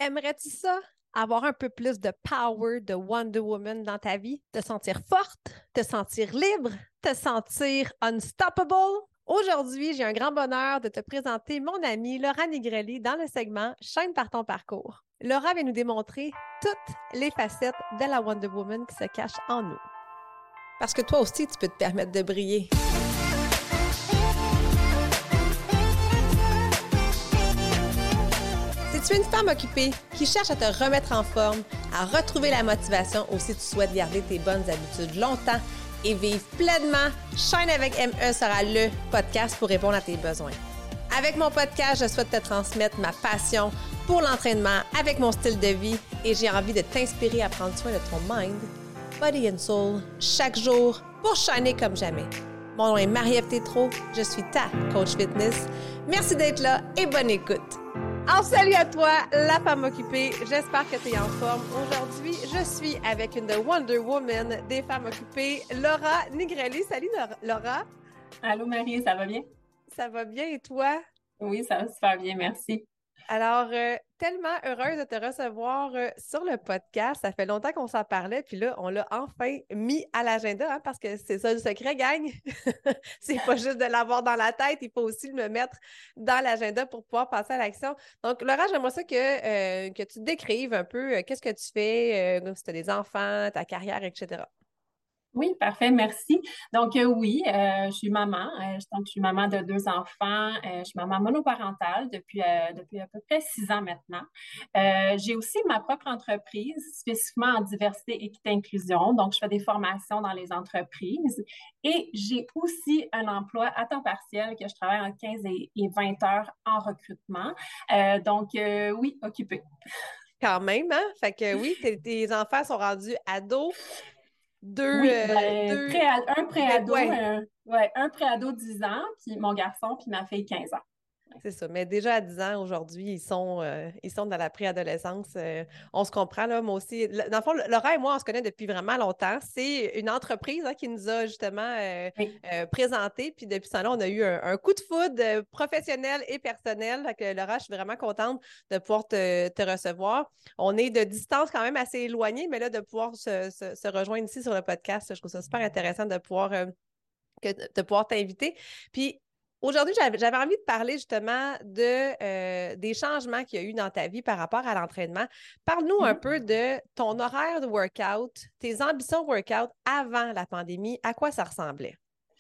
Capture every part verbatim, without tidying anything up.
Aimerais-tu ça? Avoir un peu plus de power de Wonder Woman dans ta vie? Te sentir forte? Te sentir libre? Te sentir unstoppable? Aujourd'hui, j'ai un grand bonheur de te présenter mon amie Laura Nigrelli dans le segment Chaîne par ton parcours. Laura vient nous démontrer toutes les facettes de la Wonder Woman qui se cache en nous. Parce que toi aussi, tu peux te permettre de briller. Si tu es une femme occupée qui cherche à te remettre en forme, à retrouver la motivation ou si tu souhaites garder tes bonnes habitudes longtemps et vivre pleinement, Shine avec M E sera le podcast pour répondre à tes besoins. Avec mon podcast, je souhaite te transmettre ma passion pour l'entraînement avec mon style de vie et j'ai envie de t'inspirer à prendre soin de ton mind, body and soul chaque jour pour shiner comme jamais. Mon nom est Marie-Ève Tétrault, je suis ta coach fitness. Merci d'être là et bonne écoute! Alors, salut à toi, la femme occupée. J'espère que tu es en forme. Aujourd'hui, je suis avec une Wonder Woman des femmes occupées, Laura Nigrelli. Salut, Laura. Allô, Marie, ça va bien? Ça va bien et toi? Oui, ça va super bien, merci. Alors, euh, tellement heureuse de te recevoir euh, sur le podcast. Ça fait longtemps qu'on s'en parlait, puis là, on l'a enfin mis à l'agenda, hein, parce que c'est ça le secret, gang. C'est pas juste de l'avoir dans la tête, il faut aussi le mettre dans l'agenda pour pouvoir passer à l'action. Donc, Laura, j'aimerais ça que, euh, que tu décrives un peu euh, qu'est-ce que tu fais, euh, si tu as des enfants, ta carrière, et cetera. Oui, parfait, merci. Donc, euh, oui, euh, je suis maman. Euh, je, donc, je suis maman de deux enfants. Euh, je suis maman monoparentale depuis, euh, depuis à peu près six ans maintenant. Euh, j'ai aussi ma propre entreprise, spécifiquement en diversité, équité, inclusion. Donc, je fais des formations dans les entreprises. Et j'ai aussi un emploi à temps partiel que je travaille en quinze et, et vingt heures en recrutement. Euh, donc, euh, oui, occupée. Quand même, hein? Fait que oui, tes, tes enfants sont rendus ados. Deux, Oui, euh, ben, deux, pré un ben, préado, ouais. un, ouais, un préado dix ans, puis mon garçon, puis ma fille quinze ans. C'est ça. Mais déjà à dix ans, aujourd'hui, ils sont, euh, ils sont dans la préadolescence. Euh, on se comprend, là, moi aussi. Le- Dans le fond, Laura et moi, on se connaît depuis vraiment longtemps. C'est une entreprise hein, qui nous a justement euh, Oui. euh, présenté. Puis depuis ça, là, on a eu un, un coup de foudre euh, professionnel et personnel. Fait que, Laura, je suis vraiment contente de pouvoir te, te recevoir. On est de distance quand même assez éloignés, mais là, de pouvoir se, se, se rejoindre ici sur le podcast, je trouve ça super intéressant de pouvoir, euh, que, de pouvoir t'inviter. Puis, aujourd'hui, j'avais, j'avais envie de parler justement de, euh, des changements qu'il y a eu dans ta vie par rapport à l'entraînement. Parle-nous un Mhm. peu de ton horaire de workout, tes ambitions workout avant la pandémie, à quoi ça ressemblait?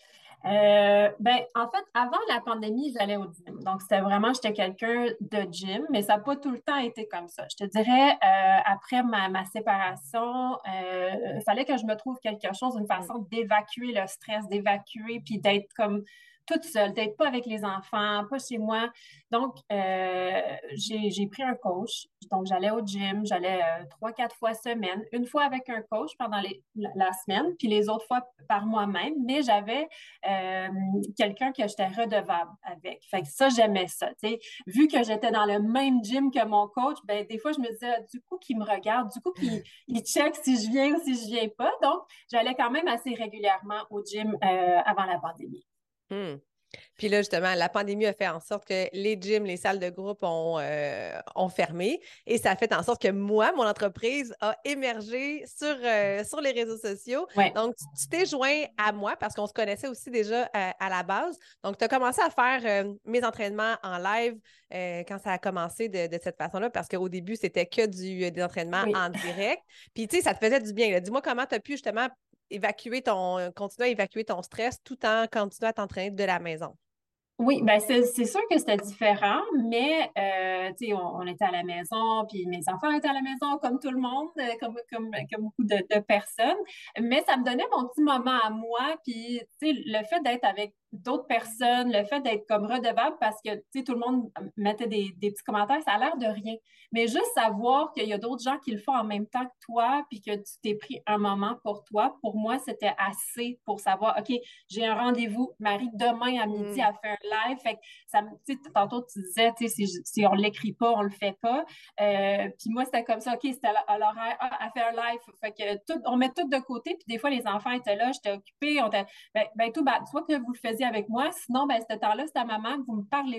Euh, ben, en fait, avant la pandémie, j'allais au gym. Donc, c'était vraiment, j'étais quelqu'un de gym, mais ça n'a pas tout le temps été comme ça. Je te dirais, euh, après ma, ma séparation, euh, il fallait que je me trouve quelque chose, une Mm. façon d'évacuer le stress, d'évacuer, puis d'être comme toute seule, d'être pas avec les enfants, pas chez moi. Donc, euh, j'ai, j'ai pris un coach. Donc, j'allais au gym, j'allais euh, trois, quatre fois semaine, une fois avec un coach pendant les, la, la semaine, puis les autres fois par moi-même, mais j'avais euh, quelqu'un que j'étais redevable avec. Fait que ça, j'aimais ça. T'sais. Vu que j'étais dans le même gym que mon coach, ben des fois, je me disais, ah, du coup, qu'il me regarde, du coup, qu'il il check si je viens ou si je viens pas. Donc, j'allais quand même assez régulièrement au gym euh, avant la pandémie. Mm. Puis là, justement, la pandémie a fait en sorte que les gyms, les salles de groupe ont, euh, ont fermé et ça a fait en sorte que moi, mon entreprise a émergé sur, euh, sur les réseaux sociaux. Ouais. Donc, tu tu t'es joint à moi parce qu'on se connaissait aussi déjà à, à la base. Donc, tu as commencé à faire euh, mes entraînements en live euh, quand ça a commencé de, de cette façon-là parce qu'au début, c'était que du, des entraînements Oui. en direct. Puis, tu sais, ça te faisait du bien. Là. Dis-moi comment tu as pu justement évacuer ton, continuer à évacuer ton stress tout en continuant à t'entraîner de la maison. Oui, ben c'est c'est sûr que c'était différent, mais euh, tu sais, on, on était à la maison, puis mes enfants étaient à la maison comme tout le monde, euh, comme comme comme beaucoup de, de personnes. Mais ça me donnait mon petit moment à moi, puis tu sais, le fait d'être avec d'autres personnes, le fait d'être comme redevable parce que tu sais, tout le monde mettait des, des petits commentaires, ça a l'air de rien. Mais juste savoir qu'il y a d'autres gens qui le font en même temps que toi, puis que tu t'es pris un moment pour toi, pour moi, c'était assez pour savoir, OK, j'ai un rendez-vous, Marie, demain à midi, Mm. à faire un live. Fait que ça me, tu sais, tantôt, tu disais, tu sais, si, si on l'écrit pas, on le fait pas. Euh, puis moi, c'était comme ça, OK, c'était à l'horaire, ah, à faire un live. Fait que tout, on met tout de côté. Puis des fois, les enfants étaient là, j'étais occupée. On était, ben, ben, tout, ben, soit que vous le faisiez avec moi, sinon, ben, ce temps-là, c'était à maman, vous me parlez pas.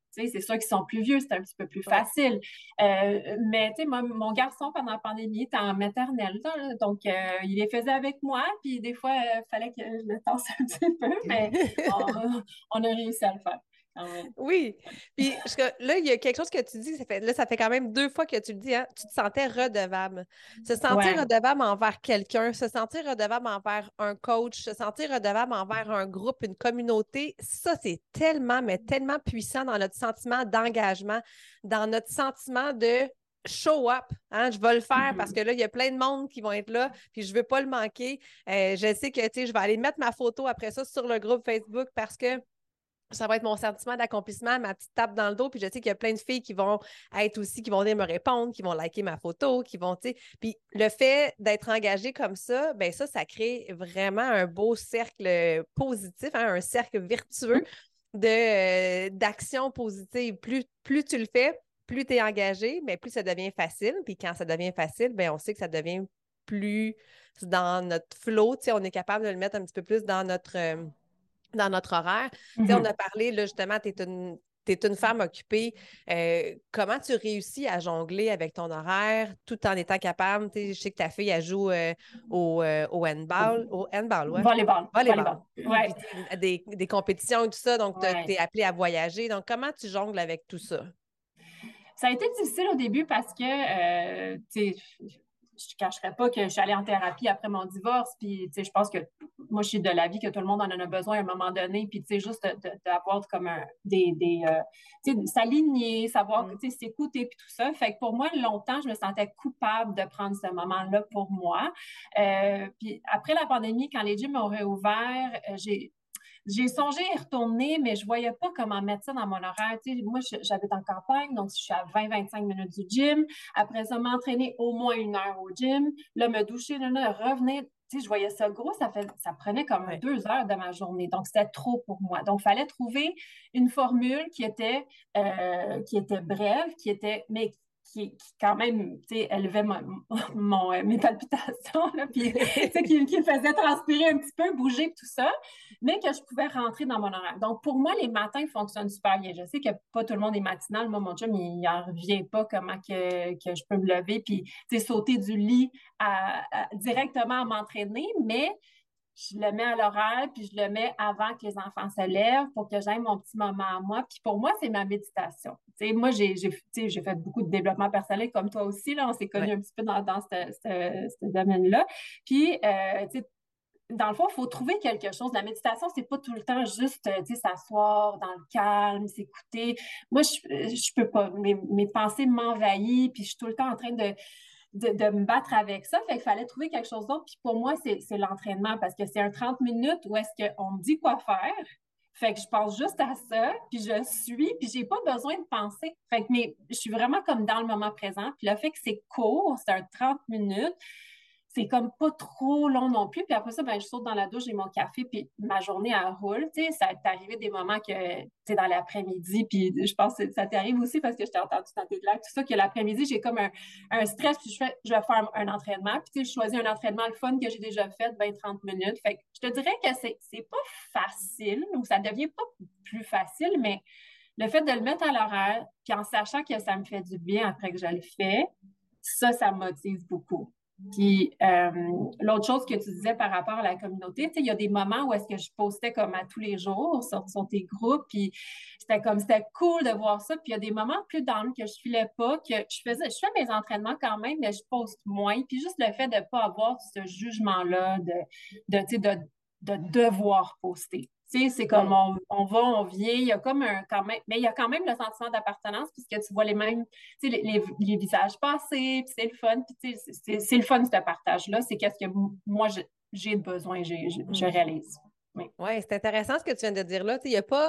Tu sais, c'est sûr qu'ils sont plus vieux, c'est un petit peu plus Ouais. facile. Euh, mais tu sais, mon, mon garçon, pendant la pandémie, était en maternelle, là, donc euh, il les faisait avec moi, puis des fois, il fallait que je le tasse un petit peu, mais on, on a réussi à le faire quand même. Oui. Puis je- là, il y a quelque chose que tu dis, ça fait, là, ça fait quand même deux fois que tu le dis, hein, tu te sentais redevable. Se sentir Ouais. redevable envers quelqu'un, se sentir redevable envers un coach, se sentir redevable envers un groupe, une communauté, ça, c'est tellement, mais tellement puissant dans notre sentiment d'engagement, dans notre sentiment de show up. Hein, je vais le faire parce Mhm. que là, il y a plein de monde qui vont être là, puis je ne veux pas le manquer. Euh, je sais que, tu sais, je vais aller mettre ma photo après ça sur le groupe Facebook parce que ça va être mon sentiment d'accomplissement, ma petite tape dans le dos. Puis je sais qu'il y a plein de filles qui vont être aussi, qui vont venir me répondre, qui vont liker ma photo, qui vont, tu sais. Puis le fait d'être engagé comme ça, ben ça, ça crée vraiment un beau cercle positif, hein, un cercle vertueux de, euh, d'action positive. Plus, plus tu le fais, plus tu es engagé, mais plus ça devient facile. Puis quand ça devient facile, ben on sait que ça devient plus dans notre flow. Tu sais, on est capable de le mettre un petit peu plus dans notre. Euh, dans notre horaire. Tu sais, on a Mhm. parlé, là, justement, tu es une, t'es une femme occupée. Euh, comment tu réussis à jongler avec ton horaire tout en étant capable? Tu sais, je sais que ta fille, elle joue euh, au, euh, au handball, au handball, ouais. Volleyball. Volleyball. Volleyball. Ouais. Puis tu sais, des, des compétitions et tout ça, donc tu Ouais. es appelée à voyager. Donc, comment tu jongles avec tout ça? Ça a été difficile au début parce que, euh, tu sais, je ne cacherais pas que je suis allée en thérapie après mon divorce. Puis, tu sais, je pense que moi, je suis de l'avis que tout le monde en a besoin à un moment donné. Puis, tu sais, juste d'avoir comme un, des, des euh, tu sais, s'aligner, savoir, Mm. tu sais, s'écouter, puis tout ça. Fait que pour moi, longtemps, je me sentais coupable de prendre ce moment-là pour moi. Euh, puis, après la pandémie, quand les gyms ont réouvert, euh, j'ai j'ai songé à y retourner, mais je voyais pas comment mettre ça dans mon horaire. Tu sais, moi, j'habite en campagne, donc je suis à vingt à vingt-cinq minutes du gym. Après ça, m'entraîner au moins une heure au gym. Là, me doucher, là, là, revenir. Tu sais, je voyais ça gros, ça, fait, ça prenait comme Ouais. deux heures de ma journée. Donc, c'était trop pour moi. Donc, il fallait trouver une formule qui était, euh, qui était brève, qui était, mais qui, qui quand même, tu sais, élevait mon, mon, euh, mes palpitations, là, puis, tu sais, qui, qui faisait transpirer un petit peu, bouger, tout ça, mais que je pouvais rentrer dans mon horaire. Donc, pour moi, les matins fonctionnent super bien. Je sais que pas tout le monde est matinal. Moi, mon chum, il n'en revient pas comment que, que je peux me lever puis, tu sais, sauter du lit à, à, directement à m'entraîner, mais je le mets à l'horaire, puis je le mets avant que les enfants se lèvent pour que j'aille mon petit moment à moi. Puis pour moi, c'est ma méditation. Tu sais, moi, j'ai, j'ai, tu sais, j'ai fait beaucoup de développement personnel comme toi aussi. Là, on s'est connus Ouais. un petit peu dans, dans ce, ce, ce domaine-là. Puis, euh, tu sais, dans le fond, il faut trouver quelque chose. La méditation, c'est pas tout le temps juste, tu sais, s'asseoir dans le calme, s'écouter. Moi, je, je peux pas. Mes, mes pensées m'envahissent, puis je suis tout le temps en train de, de, de me battre avec ça. Fait qu'il fallait trouver quelque chose d'autre. Puis pour moi, c'est, c'est l'entraînement parce que c'est un trente minutes où est-ce qu'on me dit quoi faire. Fait que je pense juste à ça, puis je suis, puis j'ai pas besoin de penser. Fait que mais, je suis vraiment comme dans le moment présent. Puis le fait que c'est court, c'est un trente minutes, c'est comme pas trop long non plus. Puis après ça, ben, je saute dans la douche, j'ai mon café, puis ma journée, elle roule. Tu sais, ça t'est arrivé des moments que, tu sais, dans l'après-midi, puis je pense que ça t'arrive aussi parce que je t'ai entendu dans tes blagues, tout ça, que l'après-midi, j'ai comme un, un stress, puis je, fais, je vais faire un entraînement. Puis tu sais, je choisis un entraînement le fun que j'ai déjà fait, vingt à trente minutes. Fait que je te dirais que c'est, c'est pas facile, ou ça devient pas plus facile, mais le fait de le mettre à l'horaire, puis en sachant que ça me fait du bien après que je le fais, ça, ça me motive beaucoup. Puis euh, l'autre chose que tu disais par rapport à la communauté, tu sais, il y a des moments où est-ce que je postais comme à tous les jours sur, sur tes groupes, puis c'était comme, c'était cool de voir ça. Puis il y a des moments plus down que je filais pas, que je faisais, je fais mes entraînements quand même, mais je poste moins. Puis juste le fait de ne pas avoir ce jugement-là, de, de, tu sais, de, de devoir poster. Tu sais, c'est comme Mm. on, on va, on vient, il y a comme un quand même, mais il y a quand même le sentiment d'appartenance puisque tu vois les mêmes, tu sais, les, les, les visages passés, puis c'est le fun, puis tu sais, c'est, c'est le fun ce partage-là, c'est qu'est-ce que moi j'ai besoin, j'ai, je, je Mm. réalise. Oui, ouais, c'est intéressant ce que tu viens de dire là. Il n'y a pas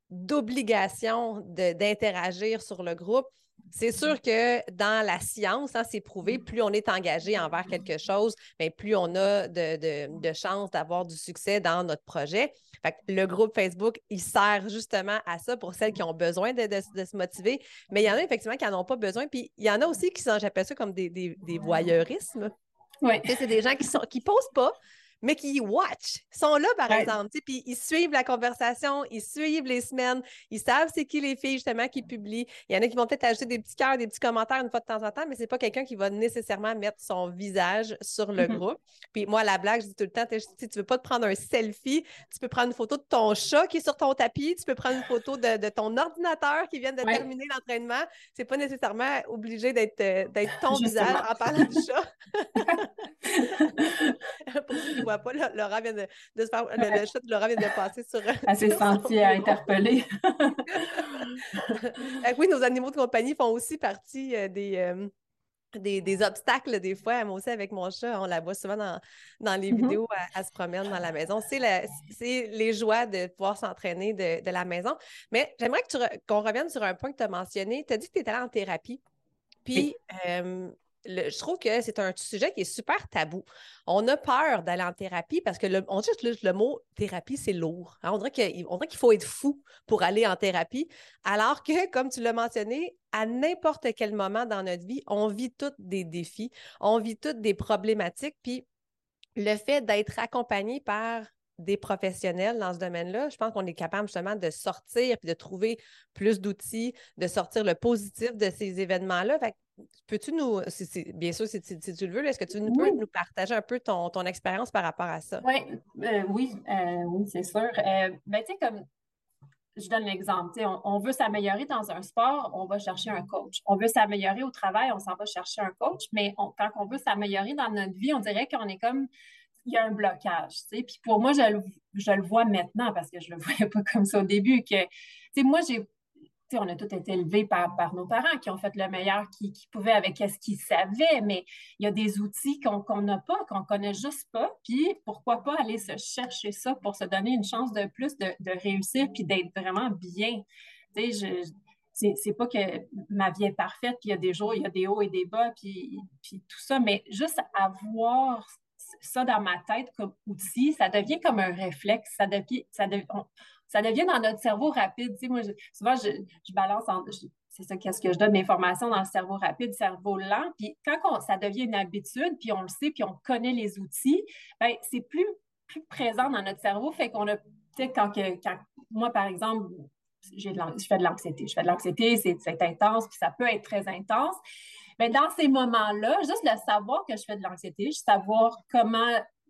d'obligation de, d'interagir sur le groupe. C'est sûr que dans la science, hein, c'est prouvé, plus on est engagé envers quelque chose, bien, plus on a de, de, de chances d'avoir du succès dans notre projet. Fait que le groupe Facebook, il sert justement à ça pour celles qui ont besoin de, de, de se motiver. Mais il y en a effectivement qui n'en ont pas besoin. Puis il y en a aussi qui sont, j'appelle ça comme des, des, des voyeurismes. oui. Tu sais, c'est des gens qui sont qui posent pas, mais qui watch, sont là, par Ouais. exemple, tu sais, puis ils suivent la conversation, ils suivent les semaines, ils savent c'est qui les filles, justement, qui publient. Il y en a qui vont peut-être ajouter des petits cœurs, des petits commentaires une fois de temps en temps, mais c'est pas quelqu'un qui va nécessairement mettre son visage sur le Mm-hmm. groupe. Puis moi, à la blague, je dis tout le temps, si tu veux pas te prendre un selfie, tu peux prendre une photo de ton chat qui est sur ton tapis, tu peux prendre une photo de, de ton ordinateur qui vient de Ouais. terminer l'entraînement. C'est pas nécessairement obligé d'être, euh, d'être ton Justement. visage en parlant du chat. Pour ceux qui ne voient pas, Laura vient de, de se faire. Le, le chat de Laura vient de passer sur. Elle s'est sentie interpellée. Oui, nos animaux de compagnie font aussi partie euh, des. Euh, Des, des obstacles, des fois. Moi aussi, avec mon chat, on la voit souvent dans, dans les Mm-hmm. vidéos, elle, elle se promène dans la maison. C'est, le, c'est les joies de pouvoir s'entraîner de, de la maison. Mais j'aimerais que tu re, qu'on revienne sur un point que tu as mentionné. Tu as dit que tu étais allée en thérapie. Puis, Oui. euh, le, je trouve que c'est un sujet qui est super tabou. On a peur d'aller en thérapie parce que le, on dit le, le mot thérapie, c'est lourd. Hein? On dirait qu'il, on dirait qu'il faut être fou pour aller en thérapie. Alors que, comme tu l'as mentionné, à n'importe quel moment dans notre vie, on vit tous des défis, on vit toutes des problématiques. Puis, le fait d'être accompagné par des professionnels dans ce domaine-là, je pense qu'on est capable justement de sortir puis de trouver plus d'outils, de sortir le positif de ces événements-là. Fait que, peux-tu nous, c'est, c'est, bien sûr, si, si, si tu le veux, là, est-ce que tu peux Oui. nous partager un peu ton, ton expérience par rapport à ça? Ouais, euh, oui, euh, oui, c'est sûr. Euh, ben, tu sais, comme je donne l'exemple, tu sais, on, on veut s'améliorer dans un sport, on va chercher un coach. On veut s'améliorer au travail, on s'en va chercher un coach, mais on, quand on veut s'améliorer dans notre vie, on dirait qu'on est comme, il y a un blocage, tu sais. Puis pour moi, je le, je le vois maintenant parce que je le voyais pas comme ça au début, que, tu sais, moi, j'ai, tu sais, on a tous été élevés par, par nos parents qui ont fait le meilleur qu'ils qui pouvaient avec ce qu'ils savaient, mais il y a des outils qu'on qu'on n'a pas, qu'on connaît juste pas, puis pourquoi pas aller se chercher ça pour se donner une chance de plus de, de réussir puis d'être vraiment bien. Tu sais, je, c'est, c'est pas que ma vie est parfaite, puis il y a des jours, il y a des hauts et des bas, puis, puis tout ça, mais juste avoir ça dans ma tête comme outil, ça devient comme un réflexe, ça devient, ça devient, on, ça devient dans notre cerveau rapide. Tu sais, moi, je, souvent, je, je balance, en, je, c'est ça, qu'est-ce que je donne mes formations dans le cerveau rapide, cerveau lent. Puis quand on, ça devient une habitude, puis on le sait, puis on connaît les outils, ben c'est plus, plus présent dans notre cerveau. Fait qu'on a, tu sais, quand, que, quand moi, par exemple, j'ai de je fais de l'anxiété. Je fais de l'anxiété, c'est, c'est intense, puis ça peut être très intense. Mais dans ces moments-là, juste le savoir que je fais de l'anxiété, juste savoir comment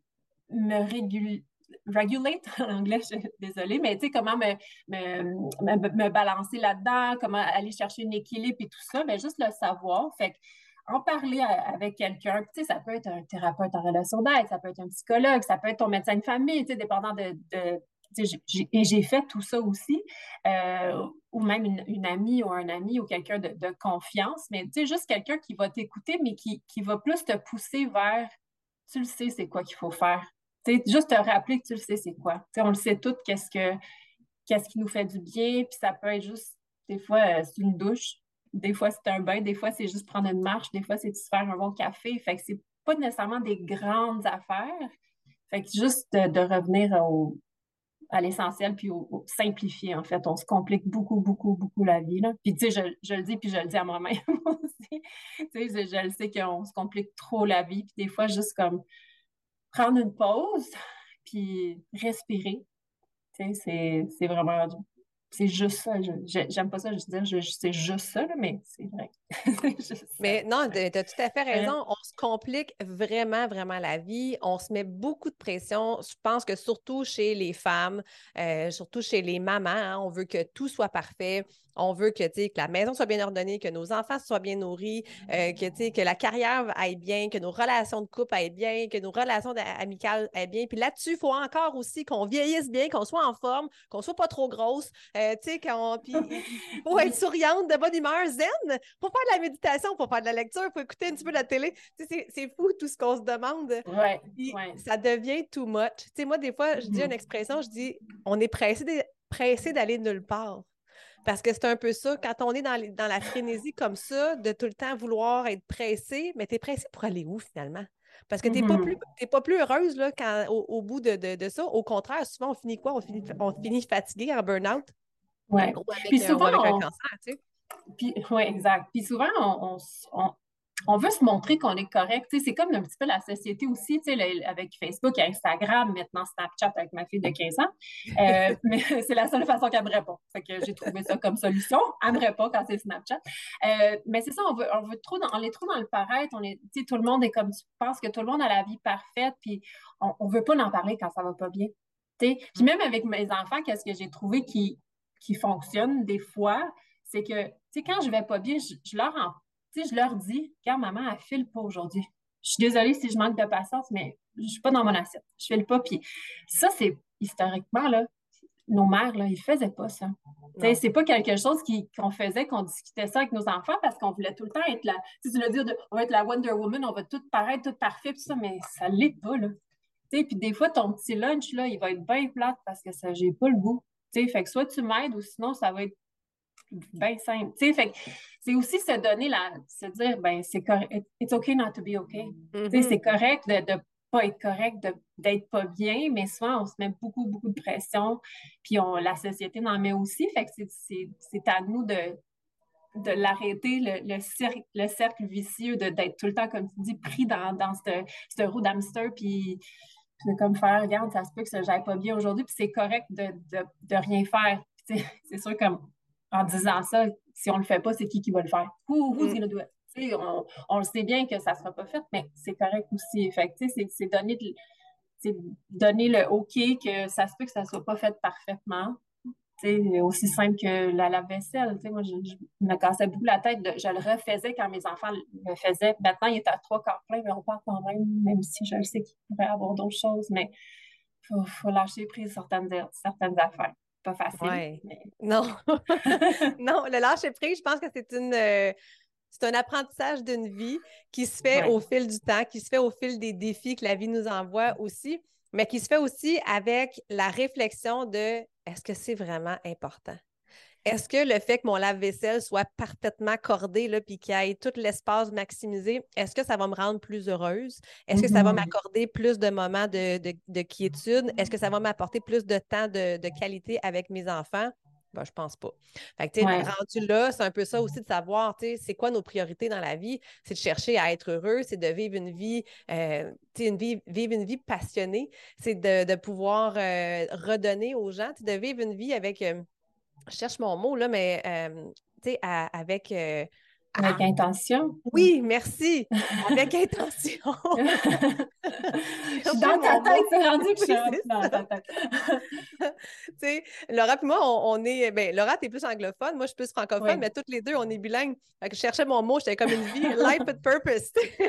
me réguler, regulate en anglais, je suis désolée, mais tu sais, comment me, me, me, me balancer là-dedans, comment aller chercher un équilibre et tout ça, mais juste le savoir. Fait que, en parler avec quelqu'un, tu sais, ça peut être un thérapeute en relation d'aide, ça peut être un psychologue, ça peut être ton médecin de famille, tu sais, dépendant de, de j'ai, et j'ai fait tout ça aussi, euh, ou même une, une amie ou un ami ou quelqu'un de, de confiance, mais tu sais, juste quelqu'un qui va t'écouter, mais qui, qui va plus te pousser vers, tu le sais, c'est quoi qu'il faut faire. Tu sais, juste te rappeler que tu le sais, c'est quoi. Tu sais, on le sait tous, qu'est-ce que, qu'est-ce qui nous fait du bien, puis ça peut être juste, des fois, euh, c'est une douche, des fois, c'est un bain, des fois, c'est juste prendre une marche, des fois, c'est de se faire un bon café. Fait que c'est pas nécessairement des grandes affaires. Fait que juste de, de revenir au à l'essentiel, puis au, au simplifier, en fait. On se complique beaucoup, beaucoup, beaucoup la vie, là. Puis, tu sais, je, je le dis, puis je le dis à moi-même aussi. Tu sais, je, je le sais qu'on se complique trop la vie, puis des fois, juste comme prendre une pause, puis respirer. Tu sais, c'est, c'est vraiment... C'est juste ça. Je, j'aime pas ça, je veux dire, je, c'est juste ça, là, mais c'est vrai. C'est juste Mais ça. non, tu as tout à fait raison. Ouais. On se complique vraiment, vraiment la vie. On se met beaucoup de pression. Je pense que surtout chez les femmes, euh, surtout chez les mamans, hein, on veut que tout soit parfait. On veut que, que la maison soit bien ordonnée, que nos enfants soient bien nourris, euh, que, que la carrière aille bien, que nos relations de couple aillent bien, que nos relations amicales aillent bien. Puis là-dessus, il faut encore aussi qu'on vieillisse bien, qu'on soit en forme, qu'on soit pas trop grosse. Euh, qu'on... Puis il faut être souriante, de bonne humeur, zen. Pour faire de la méditation, pour faire de la lecture, pour écouter un petit peu de la télé. C'est, c'est fou tout ce qu'on se demande. Ouais, Puis ouais. ça devient too much. Tu sais, moi, des fois, je dis une expression, je dis on est pressé, de, pressé d'aller nulle part. Parce que c'est un peu ça, quand on est dans, les, dans la frénésie comme ça, de tout le temps vouloir être pressé, mais tu es pressé pour aller où finalement? Parce que tu n'es pas, mm-hmm. pas plus heureuse là, quand, au, au bout de, de, de ça. Au contraire, souvent, on finit quoi? On finit, on finit fatigué en burn-out. Ouais. Ou avec, Puis souvent, ou avec on... un cancer, tu sais. Puis, oui, exact. Puis souvent, on, on, on, on veut se montrer qu'on est correct. Tu sais, c'est comme un petit peu la société aussi, tu sais, le- avec Facebook et Instagram, maintenant Snapchat avec ma fille de quinze ans. Euh, mais c'est la seule façon qu'elle me répond. Fait que j'ai trouvé ça comme solution. Elle me répond quand c'est Snapchat. Euh, mais c'est ça, on veut, on veut trop, dans- on est trop dans le paraître. On est, tu sais, tout le monde est comme, tu penses que tout le monde a la vie parfaite, puis on, on veut pas en parler quand ça va pas bien. Tu sais, puis même avec mes enfants, qu'est-ce que j'ai trouvé qui, qui fonctionne des fois, c'est que, tu sais, quand je vais pas bien, je, je leur en tu sais, je leur dis, regarde, maman, elle file pas aujourd'hui. Je suis désolée si je manque de patience, mais je suis pas dans mon assiette. Je file pas. Puis ça, c'est historiquement, là, nos mères, là, ils faisaient pas ça. Tu sais, Non. c'est pas quelque chose qui- qu'on faisait, qu'on discutait ça avec nos enfants parce qu'on voulait tout le temps être la, tu sais, tu veux dire, de- on va être la Wonder Woman, on va tout paraître, tout parfait, tout ça, mais ça l'est pas, là. Tu sais, puis des fois, ton petit lunch, là, il va être bien plate parce que ça, j'ai pas le goût. Tu sais, fait que soit tu m'aides ou sinon, ça va être bien simple. Tu sais, fait que c'est aussi se donner la, se dire, ben, c'est correct. It's okay not to be okay. Tu sais, c'est Mhm. correct de, de pas être correct, de, d'être pas bien, mais souvent, on se met beaucoup, beaucoup de pression, puis on, la société en met aussi. Fait que c'est, c'est, c'est à nous de, de l'arrêter, le, le, cercle, le cercle vicieux de, d'être tout le temps, comme tu dis, pris dans, dans cette, cette roue d'hamster, puis de comme faire, regarde, ça se peut que ça j'aille pas bien aujourd'hui, puis c'est correct de, de, de rien faire. Puis, tu sais, c'est sûr, comme en disant ça, si on le fait pas, c'est qui qui va le faire? Who, who's Mm. gonna do it? Tu sais, on, on le sait bien que ça sera pas fait, mais c'est correct aussi. Fait que, tu sais, c'est, c'est donner, de- c'est donner le OK que ça se peut que ça soit pas fait parfaitement. Tu sais, aussi simple que la lave-vaisselle. Tu sais, moi, je, je me cassais beaucoup la tête. De- je le refaisais quand mes enfants le faisaient. Maintenant, il est à trois quarts plein, mais on part quand même, même si je le sais qu'il pourrait y avoir d'autres choses. Mais il faut, faut lâcher prise certaines, certaines affaires. Pas facile, Ouais. mais. Non. Non, le lâcher prise, je pense que c'est une, euh, c'est un apprentissage d'une vie qui se fait Ouais. au fil du temps, qui se fait au fil des défis que la vie nous envoie aussi, mais qui se fait aussi avec la réflexion de est-ce que c'est vraiment important? Est-ce que le fait que mon lave-vaisselle soit parfaitement cordé là, puis qu'il y ait tout l'espace maximisé, est-ce que ça va me rendre plus heureuse? Est-ce que ça va Mhm. m'accorder plus de moments de, de, de quiétude? Est-ce que ça va m'apporter plus de temps de, de qualité avec mes enfants? Ben, je pense pas. Fait que, tu sais, Ouais. rendu là, c'est un peu ça aussi de savoir, tu sais, c'est quoi nos priorités dans la vie? C'est de chercher à être heureux, c'est de vivre une vie, euh, tu sais, une vie, vivre une vie passionnée, c'est de, de pouvoir euh, redonner aux gens, tu sais, de vivre une vie avec, euh, je cherche mon mot, là, mais euh, tu sais, à- avec. euh, Avec à- intention. oui, merci. Avec intention. Je suis Chercher dans ta mon tête, mot. c'est rendu que je Oui, suis c'est dans ta ça. tête. Tu sais, Laura et moi, on, on est. Ben, Laura, t'es plus anglophone, moi, je suis plus francophone, Oui. mais toutes les deux, on est bilingues. Fait que je cherchais mon mot, j'étais comme une vie, life with purpose.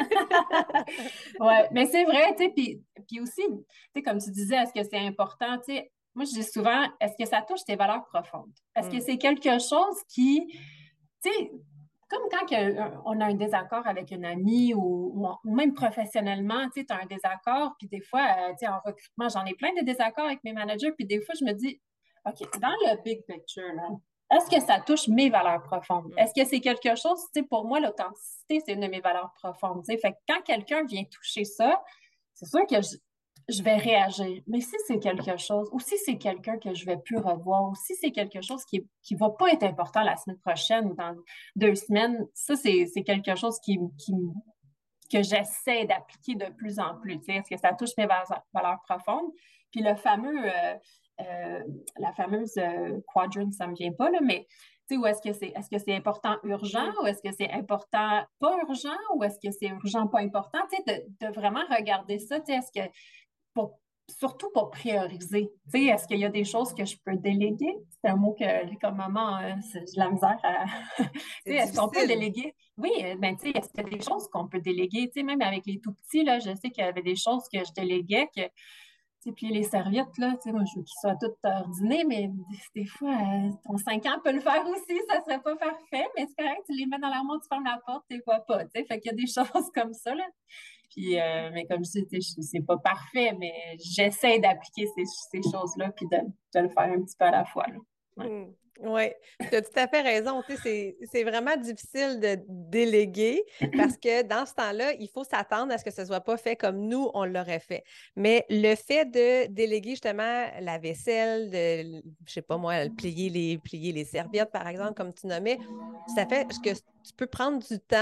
Ouais, mais c'est vrai, tu sais, puis, puis aussi, tu sais, comme tu disais, est-ce que c'est important, tu sais, moi, je dis souvent, est-ce que ça touche tes valeurs profondes? Est-ce que Mm. c'est quelque chose qui, tu sais, comme quand que- on a un désaccord avec une amie ou, ou en- ou même professionnellement, tu sais, tu as un désaccord, puis des fois, euh, tu sais, en recrutement, j'en ai plein de désaccords avec mes managers, puis des fois, je me dis, OK, dans le big picture, là, est-ce que ça touche mes valeurs profondes? Mm. Est-ce que c'est quelque chose, tu sais, pour moi, l'authenticité, c'est une de mes valeurs profondes, tu sais. Fait que quand quelqu'un vient toucher ça, c'est sûr que je, je vais réagir. Mais si c'est quelque chose, ou si c'est quelqu'un que je vais plus revoir, ou si c'est quelque chose qui qui va pas être important la semaine prochaine ou dans deux semaines, ça, c'est c'est quelque chose qui, qui, que j'essaie d'appliquer de plus en plus. Tu sais, est-ce que ça touche mes valeurs, valeurs profondes? Puis le fameux, euh, euh, la fameuse euh, quadrant, ça me vient pas, là, mais tu sais, où est-ce que c'est, est-ce que c'est important urgent Mhm. ou est-ce que c'est important pas urgent ou est-ce que c'est urgent pas important? Tu sais, de, de vraiment regarder ça, tu sais, est-ce que pour, surtout pour prioriser. Tu sais, est-ce qu'il y a des choses que je peux déléguer? C'est un mot que, comme maman, euh, c'est de la misère à. Tu C'est sais, est-ce qu'on peut difficile. déléguer? Oui, euh, ben, tu sais, est-ce qu'il y a des choses qu'on peut déléguer? Tu sais, même avec les tout petits, là, je sais qu'il y avait des choses que je déléguais, que, tu sais, puis les serviettes, là, tu sais, moi, je veux qu'ils soient toutes ordonnées, mais des, des fois, euh, ton cinq ans peut le faire aussi, ça serait pas parfait, mais c'est correct, tu les mets dans l'armoire, tu fermes la porte, tu les vois pas, tu sais, fait qu'il y a des choses comme ça, là. Puis, euh, mais comme je dis, c'est pas parfait, mais j'essaie d'appliquer ces, ces choses-là puis de, de, le faire un petit peu à la fois. Là. Ouais. Mm. Oui, tu as tout à fait raison. Tu sais, c'est, c'est vraiment difficile de déléguer parce que dans ce temps-là, il faut s'attendre à ce que ce ne soit pas fait comme nous, on l'aurait fait. Mais le fait de déléguer justement la vaisselle, de, je sais pas moi, plier les, plier les serviettes, par exemple, comme tu nommais, ça fait que tu peux prendre du temps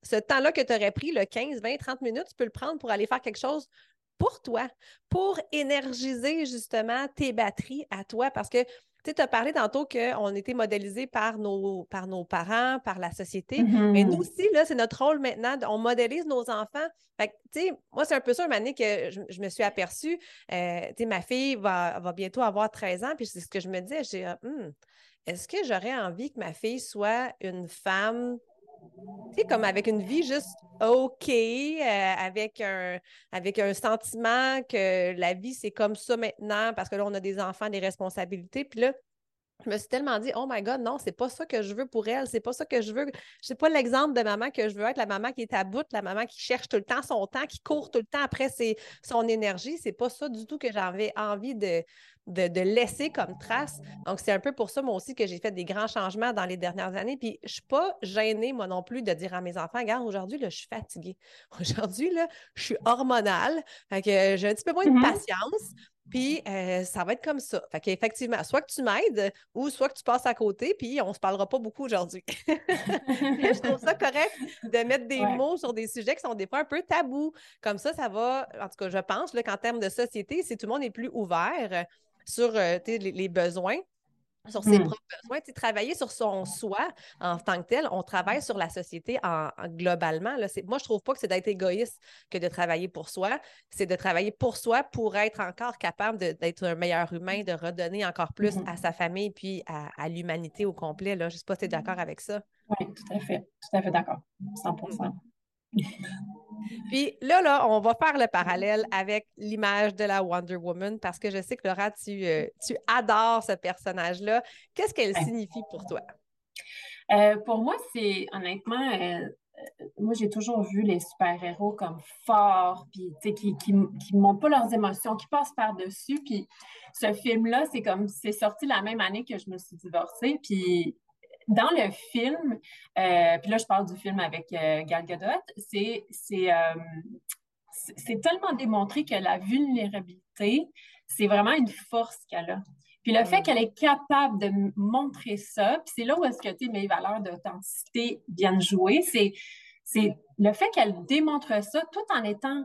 ce temps-là que tu aurais pris, le quinze, vingt, trente minutes, tu peux le prendre pour aller faire quelque chose pour toi, pour énergiser justement tes batteries à toi. Parce que tu as parlé tantôt qu'on était modélisé par nos, par nos parents, par la société. Mais nous Mm-hmm. aussi, là, c'est notre rôle maintenant. On modélise nos enfants. Fait que, tu sais, moi, c'est un peu ça, une année que je, je me suis aperçue. Euh, tu sais, ma fille va, va bientôt avoir treize ans. Puis c'est ce que je me disais. J'ai, hum, est-ce que j'aurais envie que ma fille soit une femme, tu sais, comme avec une vie juste OK, euh, avec un, avec un sentiment que la vie, c'est comme ça maintenant, parce que là, on a des enfants, des responsabilités. Puis là, je me suis tellement dit, oh my God, non, c'est pas ça que je veux pour elle, c'est pas ça que je veux. C'est pas l'exemple de maman que je veux être, la maman qui est à bout, la maman qui cherche tout le temps son temps, qui court tout le temps après ses, son énergie. C'est pas ça du tout que j'avais envie de, de, de laisser comme trace. Donc, c'est un peu pour ça, moi aussi, que j'ai fait des grands changements dans les dernières années. Puis, je suis pas gênée, moi non plus, de dire à mes enfants, regarde, aujourd'hui, là, je suis fatiguée. Aujourd'hui, là, je suis hormonale. Fait que j'ai un petit peu moins de Mm-hmm. patience. Puis, euh, ça va être comme ça. Fait qu'effectivement, soit que tu m'aides ou soit que tu passes à côté, puis on ne se parlera pas beaucoup aujourd'hui. Je trouve ça correct de mettre des Ouais. mots sur des sujets qui sont des fois un peu tabous. Comme ça, ça va, en tout cas, je pense là, qu'en termes de société, si tout le monde est plus ouvert sur euh, les, les besoins, sur ses Mm. propres besoins, travailler sur son soi en tant que tel, on travaille sur la société en, en globalement. Là, moi, je trouve pas que c'est d'être égoïste que de travailler pour soi, c'est de travailler pour soi pour être encore capable de, d'être un meilleur humain, de redonner encore plus Mm-hmm. à sa famille puis à, à l'humanité au complet. Là. Je ne sais pas si tu es d'accord avec ça. Oui, tout à fait. Tout à fait d'accord. cent pour cent. Puis là, là, on va faire le parallèle avec l'image de la Wonder Woman parce que je sais que Laura, tu, euh, tu adores ce personnage-là. Qu'est-ce qu'elle Ouais. signifie pour toi? Euh, pour moi, c'est honnêtement, euh, moi, j'ai toujours vu les super-héros comme forts, puis tu sais, qui, qui, qui montrent pas leurs émotions, qui passent par-dessus. Puis ce film-là, c'est comme, c'est sorti la même année que je me suis divorcée. Puis dans le film, euh, puis là, je parle du film avec euh, Gal Gadot, c'est, c'est, euh, c'est c'est tellement démontré que la vulnérabilité, c'est vraiment une force qu'elle a. Puis le fait Mm. qu'elle est capable de m- montrer ça, puis c'est là où est-ce que tu sais, mes valeurs d'authenticité viennent jouer, c'est, c'est le fait qu'elle démontre ça tout en étant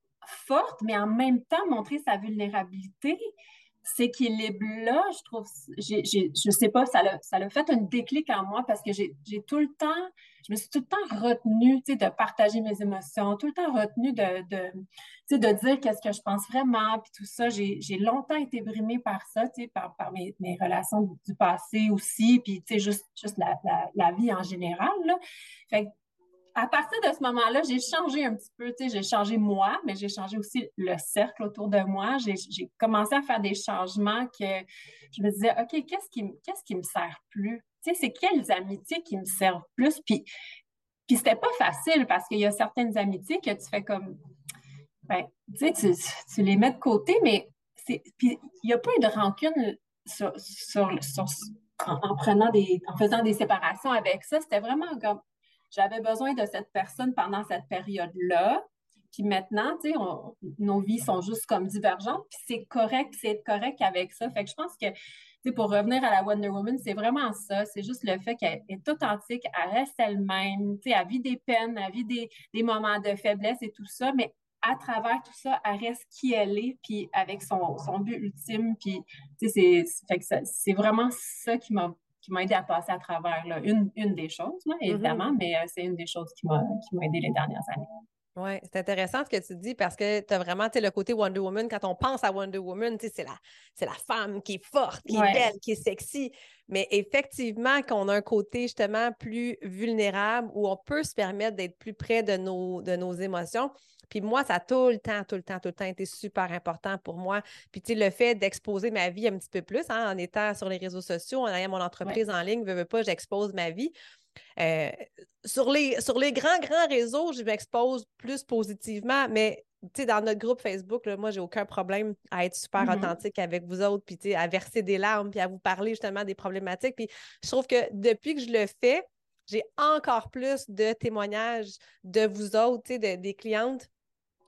forte, mais en même temps montrer sa vulnérabilité, cet équilibre-là, je trouve, j'ai, j'ai, je sais pas, ça l'a, ça l'a fait un déclic en moi parce que j'ai, j'ai tout le temps, je me suis tout le temps retenue, tu sais, de partager mes émotions, tout le temps retenue de, de, tu sais, de dire qu'est-ce que je pense vraiment, puis tout ça. J'ai, j'ai longtemps été brimée par ça, tu sais, par, par mes, mes relations du, du passé aussi, puis tu sais, juste, juste la, la, la vie en général, là. Fait que à partir de ce moment-là, j'ai changé un petit peu, tu sais, j'ai changé moi, mais j'ai changé aussi le cercle autour de moi. J'ai, j'ai commencé à faire des changements que je me disais, OK, qu'est-ce qui, qu'est-ce qui me sert plus? Tu sais, c'est quelles amitiés qui me servent plus? Puis, puis c'était pas facile parce qu'il y a certaines amitiés que tu fais comme, ben, tu sais, tu, tu les mets de côté, mais c'est, puis il n'y a pas eu de rancune sur, sur, sur en, en prenant des, en faisant des séparations avec ça. C'était vraiment comme, j'avais besoin de cette personne pendant cette période-là. Puis maintenant, tu sais, on- nos vies sont juste comme divergentes. Puis c'est correct, puis c'est être correct avec ça. Fait que je pense que, tu sais, pour revenir à la Wonder Woman, c'est vraiment ça. C'est juste le fait qu'elle est authentique, elle reste elle-même, tu sais, elle vit des peines, elle vit des, des moments de faiblesse et tout ça, mais à travers tout ça, elle reste qui elle est, puis avec son, son but ultime. Puis, tu sais, c'est, fait que ça- c'est vraiment ça qui m'a qui m'a aidé à passer à travers là. Une, une des choses, là, Mhm. évidemment, mais euh, c'est une des choses qui m'a qui m'a aidé les dernières années. Oui, c'est intéressant ce que tu dis parce que tu as vraiment tu sais, le côté Wonder Woman. Quand on pense à Wonder Woman, tu sais, c'est la, c'est la femme qui est forte, qui est Ouais. belle, qui est sexy. Mais effectivement, qu'on a un côté justement plus vulnérable où on peut se permettre d'être plus près de nos, de nos émotions. Puis moi, ça a tout le temps, tout le temps, tout le temps été super important pour moi. Puis tu sais, le fait d'exposer ma vie un petit peu plus, hein, en étant sur les réseaux sociaux, en ayant mon Ouais. entreprise en ligne, veux, veux pas, j'expose ma vie. Euh, sur les, sur les grands, grands réseaux, je m'expose plus positivement, mais tu sais, dans notre groupe Facebook, là, moi, j'ai aucun problème à être super Mm-hmm. authentique avec vous autres, puis tu sais, à verser des larmes, puis à vous parler justement des problématiques. Puis je trouve que depuis que je le fais, j'ai encore plus de témoignages de vous autres, tu sais, de, des clientes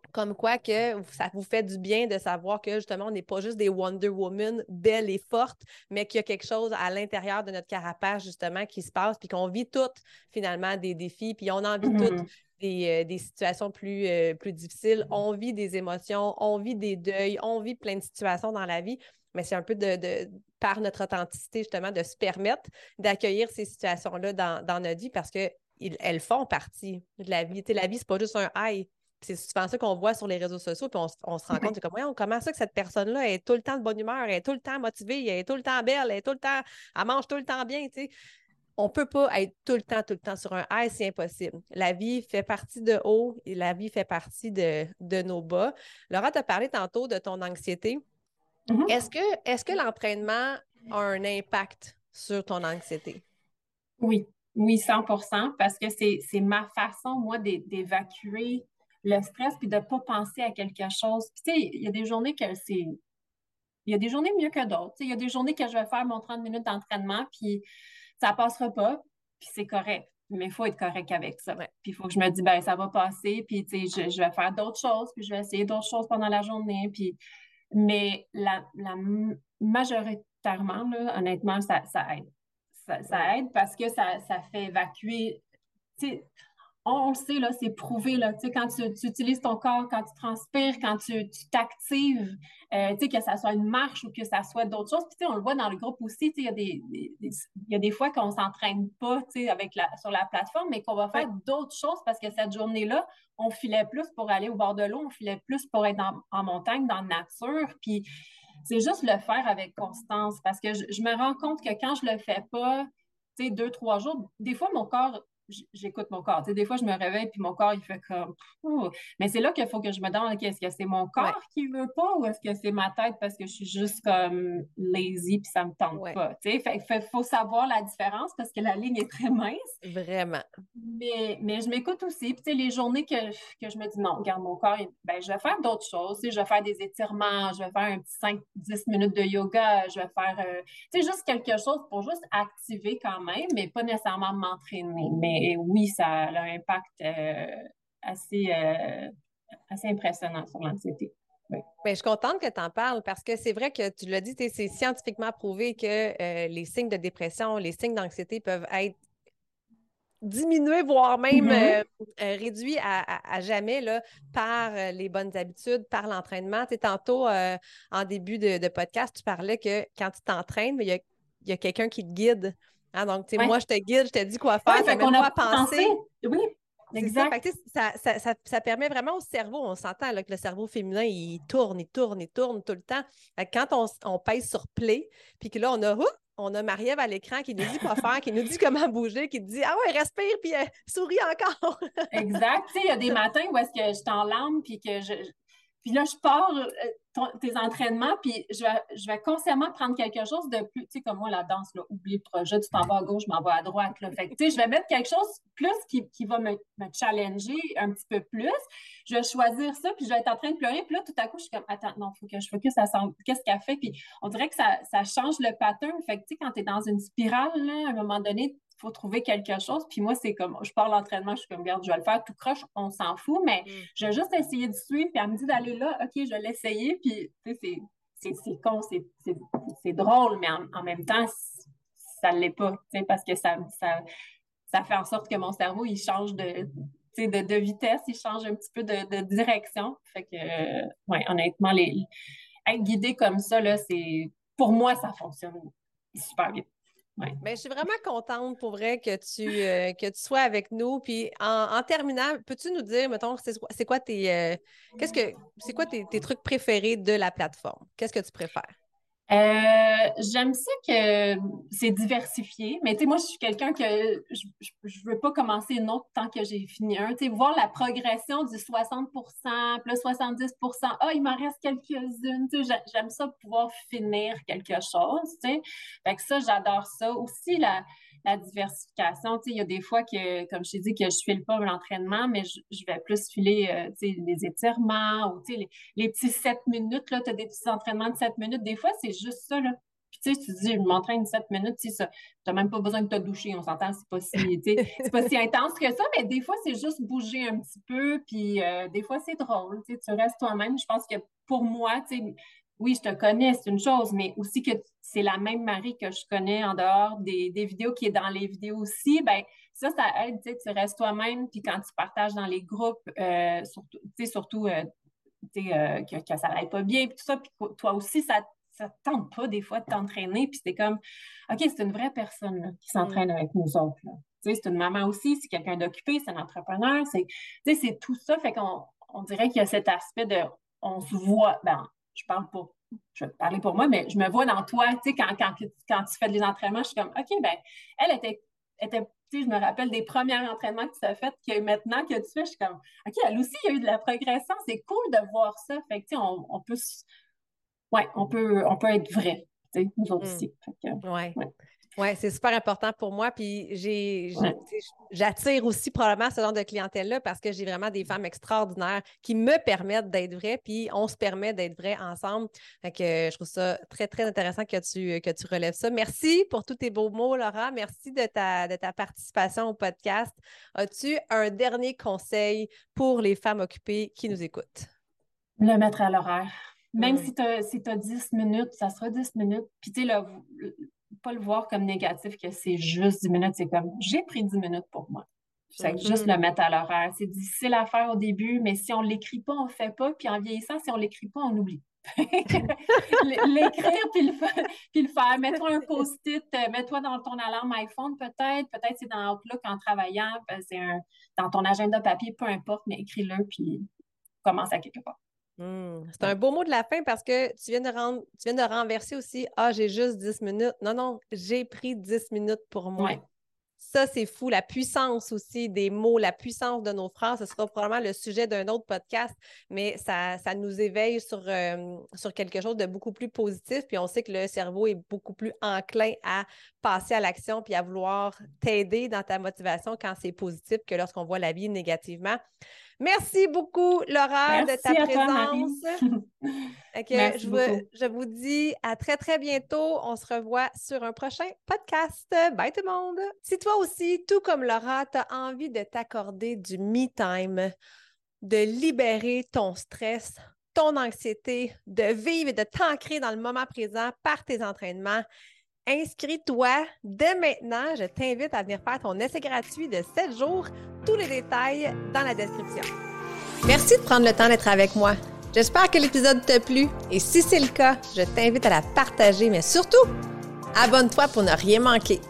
Comme quoi que ça vous fait du bien de savoir que justement, on n'est pas juste des Wonder Woman belles et fortes, mais qu'il y a quelque chose à l'intérieur de notre carapace, justement, qui se passe, puis qu'on vit toutes, finalement, des défis, puis on en vit toutes Mhm. des, euh, des situations plus, euh, plus difficiles. On vit des émotions, on vit des deuils, on vit plein de situations dans la vie, mais c'est un peu de, de par notre authenticité, justement, de se permettre d'accueillir ces situations-là dans, dans notre vie parce qu'elles font partie de la vie. Tu sais, la vie, c'est pas juste un high. C'est souvent ça qu'on voit sur les réseaux sociaux, puis on, on se rend compte, c'est comme, ouais, comment ça que cette personne-là est tout le temps de bonne humeur, elle est tout le temps motivée, elle est tout le temps belle, elle est tout le temps, elle mange tout le temps bien, tu sais. On ne peut pas être tout le temps, tout le temps sur un high, c'est impossible. La vie fait partie de haut et la vie fait partie de, de nos bas. Laura, tu as parlé tantôt de ton anxiété. Mhm. Est-ce que, est-ce que l'entraînement a un impact sur ton anxiété? Oui, oui, cent pour cent, parce que c'est, c'est ma façon, moi, d'é- d'évacuer le stress puis de ne pas penser à quelque chose. Puis, tu sais, il y a des journées que c'est. Il y a des journées mieux que d'autres. Tu sais, il y a des journées que je vais faire mon trente minutes d'entraînement, puis ça passera pas, puis c'est correct. Mais il faut être correct avec ça. Ouais. Puis il faut que je me dise, ben ça va passer, puis tu sais, je, je vais faire d'autres choses, puis je vais essayer d'autres choses pendant la journée. Puis... Mais la, la majoritairement, là, honnêtement, ça, ça aide. Ça, Mm. ça aide parce que ça, ça fait évacuer. Tu sais, on, on le sait, là, c'est prouvé, là, tu sais, quand tu, tu utilises ton corps, quand tu transpires, quand tu tu t'actives, euh, tu sais, que ça soit une marche ou que ça soit d'autres choses. Puis, tu sais, on le voit dans le groupe aussi, tu sais, il y a des, des- des- il y a des fois qu'on s'entraîne pas, tu sais, avec la, sur la plateforme, mais qu'on va faire Ouais. d'autres choses parce que cette journée-là, on filait plus pour aller au bord de l'eau, on filait plus pour être en, en montagne, dans la nature. Puis, c'est juste le faire avec constance parce que je, je me rends compte que quand je le fais pas, tu sais, deux, trois jours, des fois, mon corps, j'écoute mon corps. Tu sais, des fois, je me réveille puis mon corps, il fait comme. Ouh. Mais c'est là qu'il faut que je me demande, OK, est-ce que c'est mon Ouais. corps qui veut pas ou est-ce que c'est ma tête parce que je suis juste comme lazy puis ça me tente Ouais. pas? Tu sais, fait, fait- faut savoir la différence parce que la ligne est très mince. Vraiment. Mais, mais je m'écoute aussi. Puis, tu sais, les journées que, que je me dis non, regarde mon corps, ben, je vais faire d'autres choses. Tu sais, je vais faire des étirements, je vais faire un petit cinq dix minutes de yoga, je vais faire, euh, tu sais, juste quelque chose pour juste activer quand même, mais pas nécessairement m'entraîner. Mais oui, ça a un impact euh, assez, euh, assez impressionnant sur l'anxiété. Oui. Ben, je suis contente que tu en parles parce que c'est vrai que tu l'as dit, t'sais, c'est scientifiquement prouvé que euh, les signes de dépression, les signes d'anxiété peuvent être diminués, voire même euh, Mhm. euh, réduits à, à- à jamais là, par euh, les bonnes habitudes, par l'entraînement. Tu sais, tantôt, euh, en début de, de podcast, tu parlais que quand tu t'entraînes, mais il y a, il y a quelqu'un qui te guide. Hein, donc, tu sais, Ouais. moi, je te guide, je te dis quoi Oui, faire, ça fait m'aide qu'on a pas à pas pensé. penser. Oui, C'est ça. Fait exact. que, tu sais, ça, ça, ça, ça permet vraiment au cerveau, on s'entend là, que le cerveau féminin, il tourne, il tourne, il tourne tout le temps. Fait que quand on, on pèse sur play, puis que là, on a, ouh, on a Marie-Ève à l'écran qui nous dit quoi faire, qui nous dit comment bouger, qui te dit, ah ouais, respire, puis euh, souris encore. Exact. Tu sais, il y a des matins où est-ce que je suis en larmes, puis que je, je- puis là, je pars euh, ton- tes entraînements, puis je vais, je vais consciemment prendre quelque chose de plus, tu sais, comme moi, la danse, là, oublie le projet, tu t'en vas à gauche, je m'en vais à droite, là. Fait que, tu sais, je vais mettre quelque chose plus qui, qui va me, me challenger un petit peu plus. Je vais choisir ça, puis je vais être en train de pleurer, puis là, tout à coup, je suis comme, attends, non, il faut que je focus à ça. Qu'est-ce qu'elle fait? Puis on dirait que ça, ça change le pattern. Fait que, tu sais, quand tu es dans une spirale, là, à un moment donné, il faut trouver quelque chose. Puis moi, c'est comme, je pars l'entraînement, je suis comme, regarde, je vais le faire tout croche, on s'en fout, mais Mm. je vais juste essayer de suivre. Puis elle me dit d'aller là, OK, je vais l'essayer. Puis, tu sais, c'est, c'est, c'est con, c'est, c'est, c'est drôle, mais en, en même temps, ça ne l'est pas, tu sais, parce que ça, ça, ça fait en sorte que mon cerveau, il change de, tu sais, de, de vitesse, il change un petit peu de, de direction. Fait que, euh, ouais, honnêtement, les, être guidé comme ça, là, c'est, pour moi, ça fonctionne super bien. Ouais. Ben, je suis vraiment contente pour vrai que tu, euh, que tu sois avec nous. Puis en, en terminant, peux-tu nous dire, mettons, c'est quoi, c'est quoi tes, euh, qu'est-ce que, c'est quoi tes, tes trucs préférés de la plateforme? Qu'est-ce que tu préfères? Euh, j'aime ça que c'est diversifié, mais tu sais, moi, je suis quelqu'un que je, je, je veux pas commencer une autre tant que j'ai fini un. Tu sais, voir la progression du soixante pour cent, plus soixante-dix pour cent, ah, il m'en reste quelques-unes. Tu sais, j'ai- j'aime ça pouvoir finir quelque chose, tu sais. Fait que ça, j'adore ça. Aussi, la, la diversification, tu sais, il y a des fois que, comme je t'ai dit, que je file pas l'entraînement, mais je, je vais plus filer, euh, tu sais, les étirements ou, tu sais, les, les petits sept minutes, là, tu as des petits entraînements de sept minutes. Des fois, c'est juste ça, là. Puis Puis tu sais, tu te dis, je m'entraîne sept minutes, tu sais, t'as même pas besoin de te doucher, on s'entend, c'est pas si, tu sais, c'est pas si intense que ça, mais des fois, c'est juste bouger un petit peu, puis euh, des fois, c'est drôle, tu sais, tu restes toi-même. Je pense que pour moi, tu sais, oui, je te connais, c'est une chose, mais aussi que c'est la même Marie que je connais en dehors des, des vidéos qui est dans les vidéos aussi, ben ça, ça aide, tu sais, tu restes toi-même, puis quand tu partages dans les groupes, euh, surtout, tu sais, surtout, euh, tu sais, euh, que, que ça n'aille pas bien, puis tout ça, puis toi aussi, ça ça ne tente pas des fois de t'entraîner, puis c'est comme, OK, c'est une vraie personne là, qui s'entraîne mm. avec nous autres. Là. Tu sais, c'est une maman aussi, c'est quelqu'un d'occupé, c'est un entrepreneur, c'est, tu sais, c'est tout ça, fait qu'on on dirait qu'il y a cet aspect de, on se voit, ben, je parle pour, je vais te parler pour moi, mais je me vois dans toi, tu sais, quand, quand, quand tu fais des entraînements, je suis comme, OK, ben, elle était, était tu sais, je me rappelle des premiers entraînements que tu as fait, que maintenant que tu fais, je suis comme, OK, elle aussi, il y a eu de la progression, c'est cool de voir ça, fait que, tu sais, on, on peut... Oui, on peut, on peut être vrai, tu sais, nous autres mmh. aussi. Oui, ouais. ouais. ouais, c'est super important pour moi. Puis j'ai, ouais. j'attire aussi probablement ce genre de clientèle-là parce que j'ai vraiment des femmes extraordinaires qui me permettent d'être vraies, puis on se permet d'être vraies ensemble. Fait que je trouve ça très, très intéressant que tu, que tu relèves ça. Merci pour tous tes beaux mots, Laura. Merci de ta, de ta participation au podcast. As-tu un dernier conseil pour les femmes occupées qui nous écoutent? Le mettre à l'horaire. Même mm. si tu as si dix minutes, ça sera dix minutes. Puis, tu sais, pas le voir comme négatif, que c'est juste dix minutes. C'est comme, j'ai pris dix minutes pour moi. C'est mm-hmm. juste le mettre à l'horaire. C'est difficile à faire au début, mais si on ne l'écrit pas, on ne fait pas. Puis, en vieillissant, si on ne l'écrit pas, on oublie. L'écrire puis le, puis le faire. Mets-toi un post-it, mets-toi dans ton alarme iPhone peut-être. Peut-être c'est dans Outlook en travaillant. C'est un, dans ton agenda papier, peu importe, mais écris-le puis commence à quelque part. Mmh. C'est un beau mot de la fin parce que tu viens de rendre, tu viens de renverser aussi. Ah, j'ai juste dix minutes. Non, non, j'ai pris dix minutes pour moi. Ouais. Ça, c'est fou. La puissance aussi des mots, la puissance de nos phrases, ce sera probablement le sujet d'un autre podcast, mais ça, ça nous éveille sur, euh, sur quelque chose de beaucoup plus positif. Puis on sait que le cerveau est beaucoup plus enclin à passer à l'action puis à vouloir t'aider dans ta motivation quand c'est positif que lorsqu'on voit la vie négativement. Merci beaucoup, Laura, Merci de ta à présence. toi, Okay, Merci je, beaucoup. vous, je vous dis à très, très bientôt. On se revoit sur un prochain podcast. Bye tout le monde! Si toi aussi, tout comme Laura, tu as envie de t'accorder du me-time, de libérer ton stress, ton anxiété, de vivre et de t'ancrer dans le moment présent par tes entraînements, inscris-toi dès maintenant. Je t'invite à venir faire ton essai gratuit de sept jours. Tous les détails dans la description. Merci de prendre le temps d'être avec moi. J'espère que l'épisode t'a plu et si c'est le cas, je t'invite à la partager, mais surtout, abonne-toi pour ne rien manquer.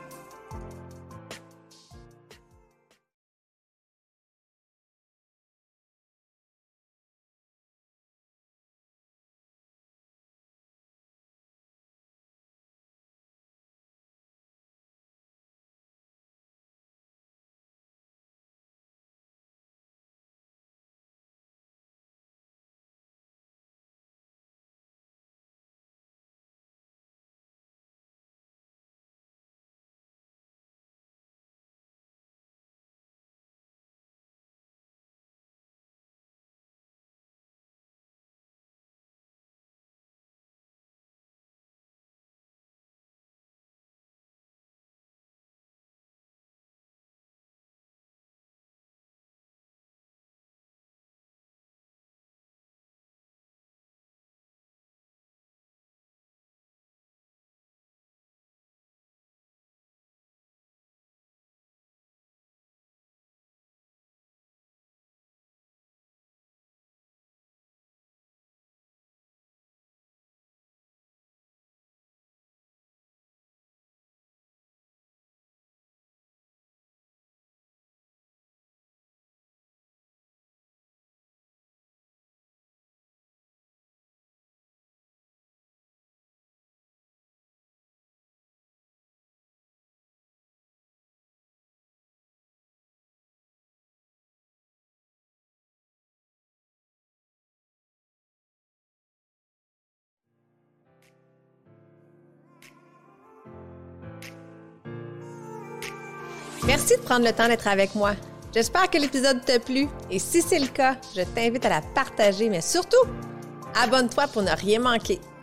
Merci de prendre le temps d'être avec moi. J'espère que l'épisode t'a plu et si c'est le cas, je t'invite à la partager, mais surtout, abonne-toi pour ne rien manquer.